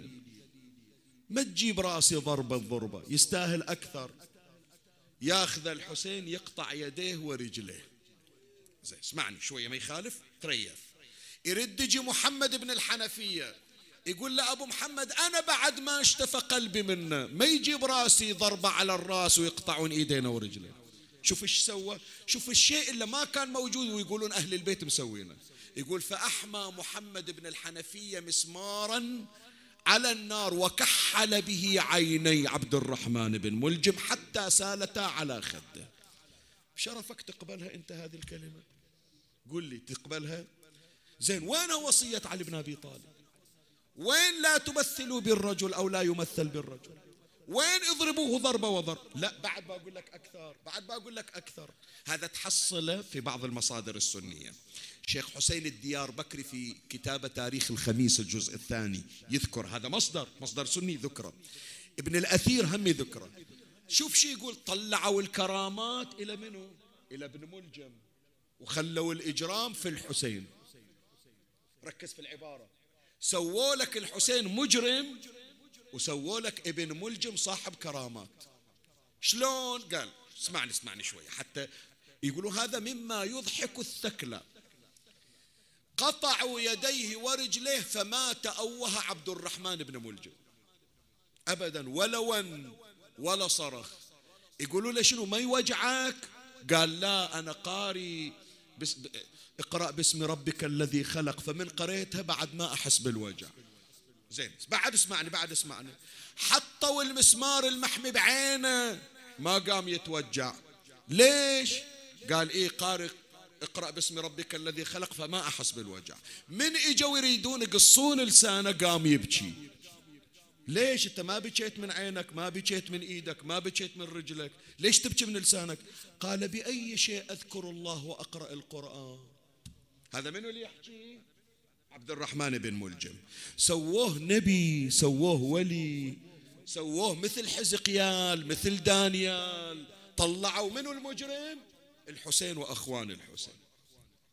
ما تجيب راسي ضربة يستاهل أكثر. ياخذ الحسين يقطع يديه ورجليه. زي اسمعني شوية ما يخالف، تريث. يرد يجي محمد بن الحنفية يقول له: أبو محمد أنا بعد ما اشتفى قلبي منه، ما يجيب راسي ضربة على الراس ويقطعون إيدينا ورجلينا. شوف إيش سوى، شوف الشيء اللي ما كان موجود ويقولون أهل البيت مسوينه. يقول: فأحمى محمد بن الحنفية مسمارا على النار وكحل به عيني عبد الرحمن بن ملجم حتى سالتا على خده. شرفك تقبلها أنت هذه الكلمة؟ قل لي تقبلها؟ زين، وين وصية علي بن أبي طالب؟ وين لا تمثلوا بالرجل أو لا يمثل بالرجل؟ وين اضربوه ضربة وضرب؟ لا، بعد بقول لك أكثر، بعد بقول لك أكثر. هذا تحصله في بعض المصادر السنية. شيخ حسين الديار بكري في كتاب تاريخ الخميس الجزء الثاني يذكر هذا، مصدر سني ذكره. ابن الأثير هم ذكره. شوف شي يقول: طلعوا الكرامات إلى منو؟ إلى ابن ملجم، وخلوا الإجرام في الحسين. ركز في العبارة، سووا لك الحسين مجرم وسووا لك ابن ملجم صاحب كرامات. شلون؟ قال: اسمعني شوية حتى يقولوا هذا مما يضحك الثكلى. قطعوا يديه ورجليه فما تأوه عبد الرحمن بن ملجم أبدا، ولا ون ولا صرخ. يقولوا له: شنو ما يوجعك؟ قال: لا، أنا قاري اقرأ باسم ربك الذي خلق، فمن قريتها بعد ما أحس بالوجع. زين، بعد اسمعني. حطوا المسمار المحمي بعينه ما قام يتوجع. ليش؟ قال: إيه قارئ اقرأ باسم ربك الذي خلق فما أحس بالوجع. من إجوا يريدون يقصون لسانه قام يبكي. ليش أنت ما بكيت من عينك، ما بكيت من إيدك، ما بكيت من رجلك، ليش تبكي من لسانك؟ قال: بأي شيء أذكر الله وأقرأ القرآن. هذا منو اللي يحكي؟ عبد الرحمن بن ملجم. سووه نبي، سووه ولي، سووه مثل حزقيال، مثل دانيال. طلعوا منو المجرم؟ الحسين وأخوان الحسين.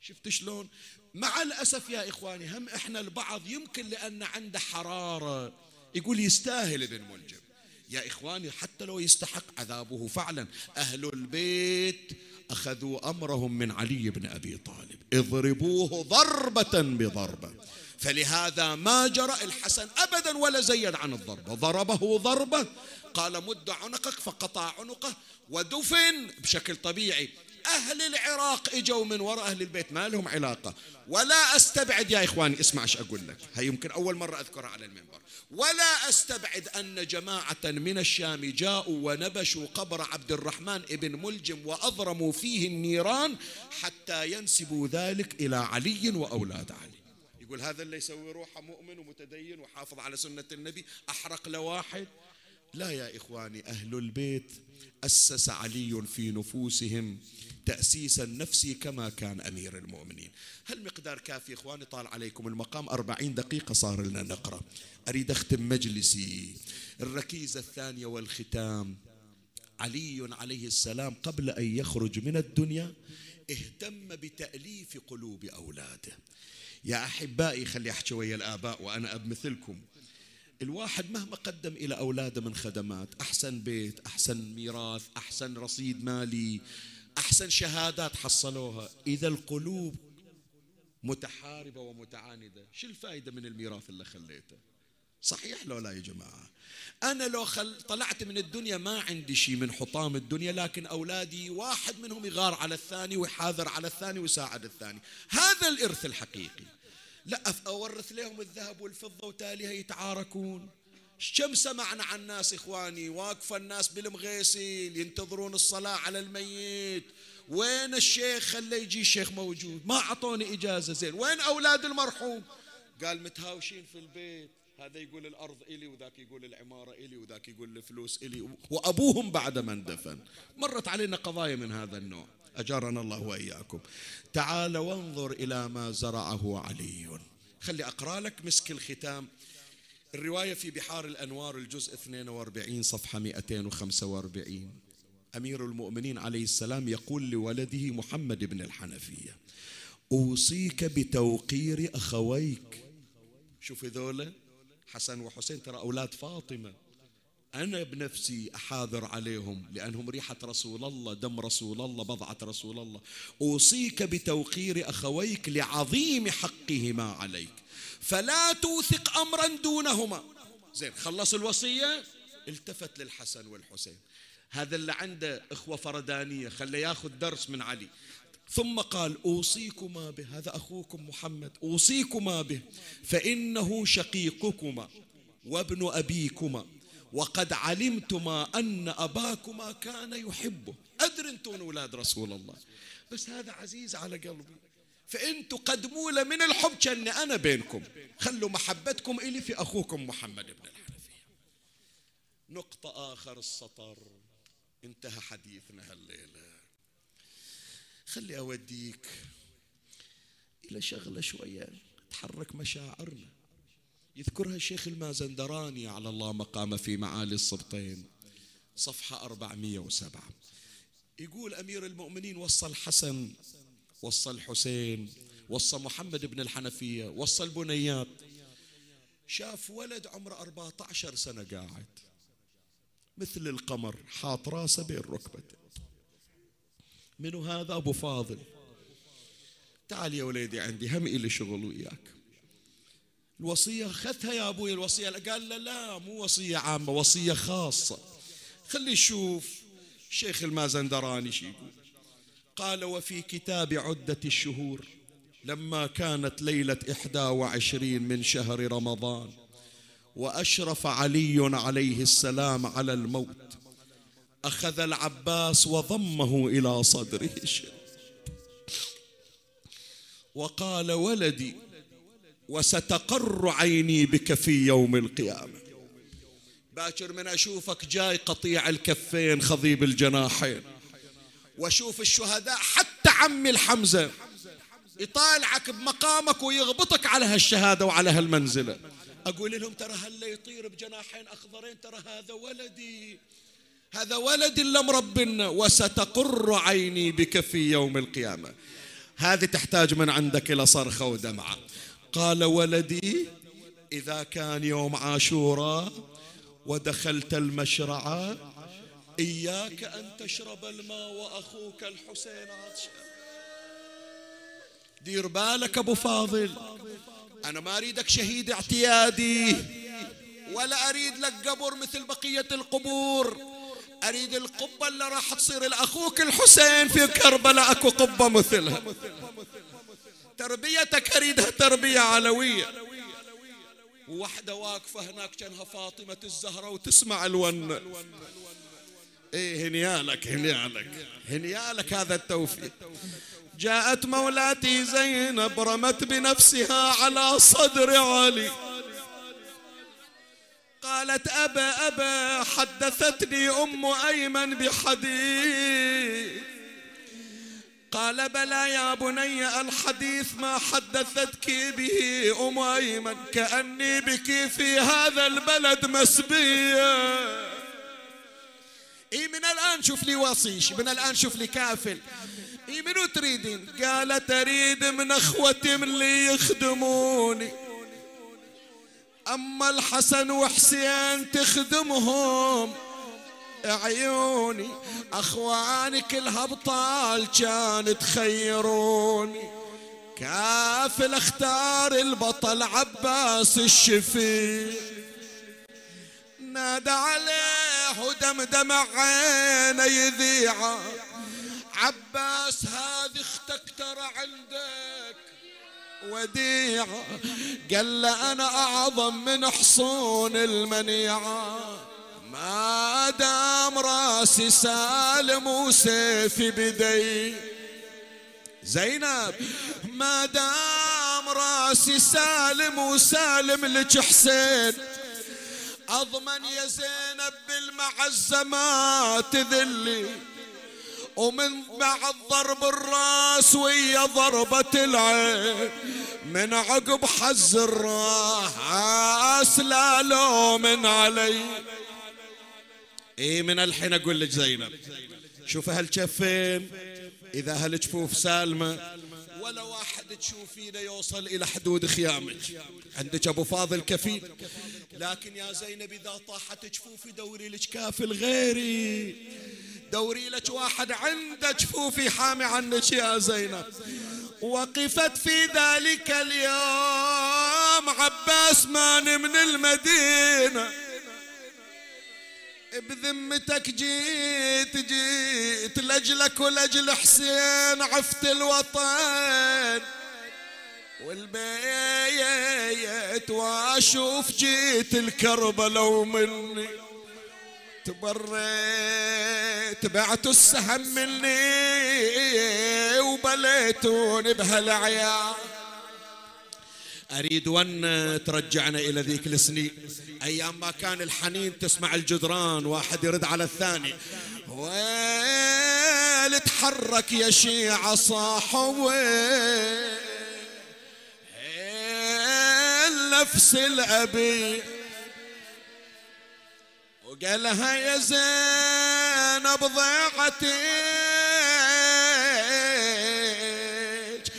شفت شلون؟ مع الأسف يا إخواني هم إحنا البعض يمكن لأن عنده حرارة يقول يستاهل ابن ملجم. يا إخواني حتى لو يستحق عذابه فعلا، أهل البيت أخذوا أمرهم من علي بن أبي طالب، اضربوه ضربة بضربة. فلهذا ما جرى الحسن أبدا ولا زيد عن الضربة، ضربه ضربة قال مد عنقك فقطع عنقه ودفن بشكل طبيعي. أهل العراق إجوا من وراء أهل البيت ما لهم علاقة. ولا أستبعد يا إخواني، اسمع ايش أقول لك، هي يمكن أول مرة أذكرها على المنبر، ولا أستبعد أن جماعة من الشام جاءوا ونبشوا قبر عبد الرحمن ابن ملجم وأضرموا فيه النيران حتى ينسبوا ذلك إلى علي وأولاد علي. يقول هذا اللي يسوي روحه مؤمن ومتدين وحافظ على سنة النبي أحرق لواحد؟ لا يا إخواني، أهل البيت أسس علي في نفوسهم تأسيسا نفسي كما كان أمير المؤمنين. هل مقدار كافي إخواني؟ طال عليكم المقام، 40 دقيقة صار لنا نقرأ، أريد أختم مجلسي. الركيزة الثانية والختام، علي عليه السلام قبل أن يخرج من الدنيا اهتم بتأليف قلوب أولاده. يا أحبائي خلي أحكي ويا الآباء وأنا أب مثلكم، الواحد مهما قدم إلى أولاده من خدمات، أحسن بيت، أحسن ميراث، أحسن رصيد مالي، أحسن شهادات حصلوها، إذا القلوب متحاربة ومتعاندة شو الفائدة من الميراث اللي خليته؟ صحيح لو لا يا جماعة؟ أنا لو طلعت من الدنيا ما عندي شيء من حطام الدنيا، لكن أولادي واحد منهم يغار على الثاني ويحاذر على الثاني ويساعد الثاني، هذا الإرث الحقيقي. لا أورث لهم الذهب والفضة وتاليها يتعاركون. كم سمعنا عن ناس إخواني واقفة الناس بالمغيسل ينتظرون الصلاة على الميت، وين الشيخ؟ خلي يجي الشيخ موجود، ما أعطوني إجازة، زين وين أولاد المرحوم؟ قال متهاوشين في البيت، هذا يقول الأرض إلي وذاك يقول العمارة إلي وذاك يقول الفلوس إلي، وأبوهم بعد ما اندفن. مرت علينا قضايا من هذا النوع، أجارنا الله وإياكم. تعال وانظر إلى ما زرعه علي. خلي أقرأ لك مسك الختام، الرواية في بحار الأنوار الجزء 42 صفحة 245. أمير المؤمنين عليه السلام يقول لولده محمد بن الحنفية: أوصيك بتوقير أخويك. شوف ذولا حسن وحسين ترى أولاد فاطمة، أنا بنفسي أحاذر عليهم لأنهم ريحة رسول الله، دم رسول الله، بضعة رسول الله. أوصيك بتوقير أخويك لعظيم حقهما عليك، فلا توثق أمرا دونهما. زين خلص الوصية، التفت للحسن والحسين، هذا اللي عنده إخوة فردانية خليه ياخذ درس من علي. ثم قال: أوصيكما به، هذا أخوكم محمد، أوصيكما به فإنه شقيقكما وابن أبيكما، وقد علمتما أن أباكما كان يحبه. أدري أنتم أولاد رسول الله، بس هذا عزيز على قلبي، فأنتوا قدموا له من الحب كأن أنا بينكم، خلوا محبتكم إلي في أخوكم محمد بن الحنفية. نقطة آخر السطر، انتهى حديثنا هالليلة. خلي أوديك إلى شغلة شوية تحرك مشاعرنا، يذكرها الشيخ المازندراني على الله مقامه في معالي السبطين صفحة 407. يقول أمير المؤمنين وصى الحسن، وصى الحسين، وصى محمد بن الحنفية، وصى البنيات. شاف ولد عمره 14 سنة قاعد مثل القمر حاط راسه بين ركبته. منو هذا؟ أبو فاضل، تعال يا وليدي عندي هم إلي شغل وياك. الوصية خذها يا أبوي الوصية. قال له لا مو وصية عامة، وصية خاصة. خلي يشوف الشيخ المازندراني شي يقول. قال: وفي كتاب عدة الشهور لما كانت ليلة 21 من شهر رمضان وأشرف علي عليه السلام على الموت، أخذ العباس وضمه إلى صدره وقال: ولدي وستقر عيني بك في يوم القيامة. باكر من أشوفك جاي قطيع الكفين خضيب الجناحين، وأشوف الشهداء حتى عمي الحمزة يطالعك بمقامك ويغبطك على هالشهادة وعلى هالمنزلة. أقول لهم ترى هلا يطير بجناحين أخضرين، ترى هذا ولدي، هذا ولدي اللي مربنا، وستقر عيني بك في يوم القيامة. هذه تحتاج من عندك إلى صرخة ودمعة. قال ولدي إذا كان يوم عاشوراء ودخلت المشرعة إياك أن تشرب الماء وأخوك الحسين عطشان. دير بالك أبو فاضل، أنا ما أريدك شهيد اعتيادي، ولا أريد لك قبر مثل بقية القبور. أريد القبة اللي راح تصير لأخوك الحسين في كربلاء، أكو قبة مثلها. تربيتك أريدها تربية علوية. ووحدة واقفة هناك كانها فاطمة الزهرة وتسمع الون. إيه هنيالك هنيالك هنيالك هذا التوفيق. جاءت مولاتي زينب رمت بنفسها على صدر علي، قالت أبا أبا حدثتني أم أيمن بحديث. قال بلى يا بني الحديث ما حدثتك به أم أيمن، كأني بك في هذا البلد مسبية. إيه من الآن شوف لي وصيش، من الآن شوف لي كافل. إيه منو تريدين؟ قالت أريد من أخوتي من اللي يخدموني، أما الحسن وحسين تخدمهم عيوني، أخواني كلها بطال كانت خيروني، كافل اختار البطل عباس الشفيع. نادى عليه ودمدم عينه يذيعه، عباس هذه اختك ترى عندك وديعة. قال له أنا أعظم من حصون المنيعة، ما دام راسي سالم وسيفي بدي. زينب ما دام راسي سالم وسالم لك حسين، أضمن يا زينب بالمعزة ما تذلي، ومن بعد ضرب الراس ويا ضربة العين، من عقب حز الراس لا لوم علي. ايه من الحين اقول لك زينب، شوف هالجفين اذا هالجفوف سالمة ولا واحد تشوفينه يوصل الى حدود خيامك، عندك ابو فاضل كفيل. لكن يا زينب اذا طاحت جفوفي دوري لك كافل غيري، دوري لك واحد عنده جفوفي حامي عنك يا زينب. وقفت في ذلك اليوم عباس مان من المدينة، بذمتك جيت لأجلك ولأجل حسين عفت الوطن والبيت، واشوف جيت الكربلاء ومني تبريت، بعتوا السهم مني وبليتوني بهالعيال. أريد وأن ترجعنا إلى ذيك السنين، أيام ما كان الحنين تسمع الجدران واحد يرد على الثاني، ويل تحرك يا شيعة صاحوا نفس الأبي. وقالها يا زينب ضيعتك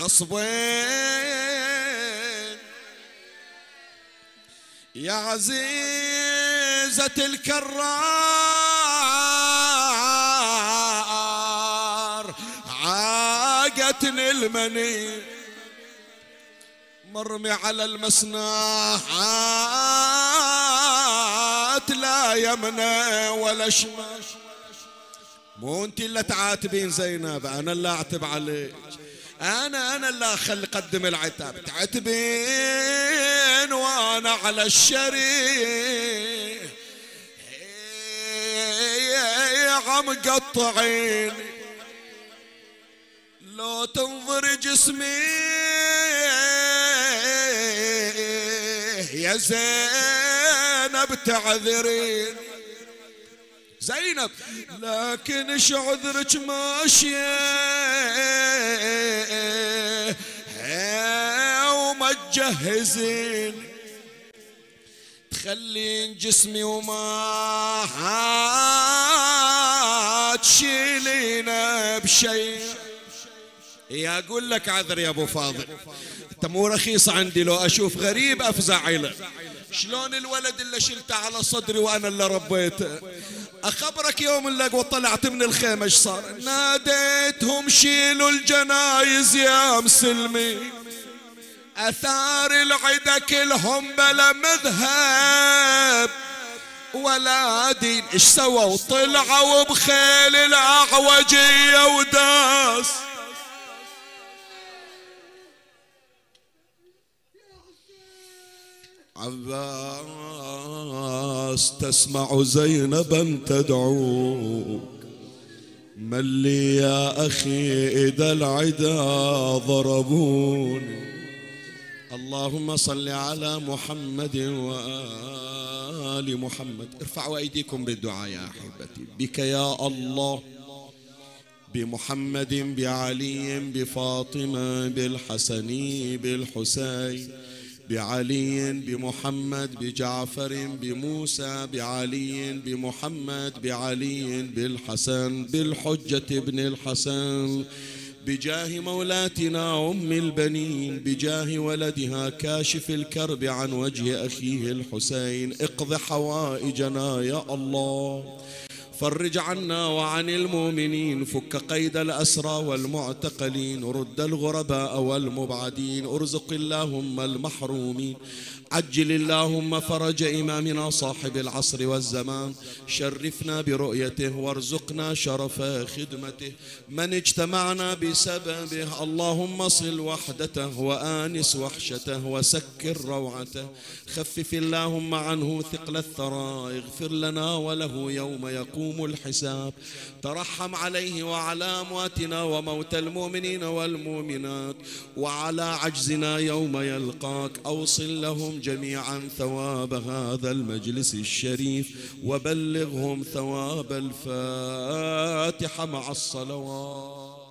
غصبين، يا عزيزة الكرار عاقتني المني، مرمي على المسناحات لا يمنى ولا شمال. مو انت اللي تعاتبين زينب، انا اللي اعتب عليك، انا اللي اخلي قدم العتاب. تعتبين وانا على الشريح يا عم قطعين، لو تنظر جسمي يا زينب تعذرين. زينب لكن ايش عذرك ماشية وما تجهزين، تخلين جسمي وما تشيلين بشيء. يا أقول لك عذر يا أبو فاضل، أنت مو رخيص عندي لو أشوف غريب أفزع له. شلون الولد اللي شلته على صدري وأنا اللي ربيته؟ أخبرك يوم اللي وطلعت من الخيمة ايش صار؟ ناديتهم شيلوا الجنايز يا مسلمين، أثار العدا كلهم بلا مذهب ولا دين. ايش سووا؟ طلعوا بخيل الأعوجية وداس. عباس تسمع زينبا تدعوك، من لي يا أخي إذا العدا ضربوني. اللهم صل على محمد وآل محمد. ارفعوا أيديكم بالدعاء يا أحبتي. بك يا الله، بمحمد، بعلي، بفاطمة، بالحسن، بالحسين، بعلي، بمحمد، بجعفر، بموسى، بعلي، بمحمد، بعلي، بالحسن، بالحجة ابن الحسن، بجاه مولاتنا أم البنين، بجاه ولدها كاشف الكرب عن وجه أخيه الحسين. اقض حوائجنا يا الله، فرج عنا وعن المؤمنين، فك قيد الأسرى والمعتقلين، رد الغرباء والمبعدين، ارزق اللهم المحرومين، عجل اللهم فرج إمامنا صاحب العصر والزمان، شرفنا برؤيته وارزقنا شرف خدمته، من اجتمعنا بسببه اللهم صل وحدته وآنس وحشته وسكر روعته، خفف اللهم عنه ثقل الثرى، اغفر لنا وله يوم يقوم الحساب، ترحم عليه وعلى أمواتنا وموتى المؤمنين والمؤمنات، وعلى عجزنا يوم يلقاك، أوصل لهم جميعا ثواب هذا المجلس الشريف، وبلغهم ثواب الفاتحة مع الصلوات.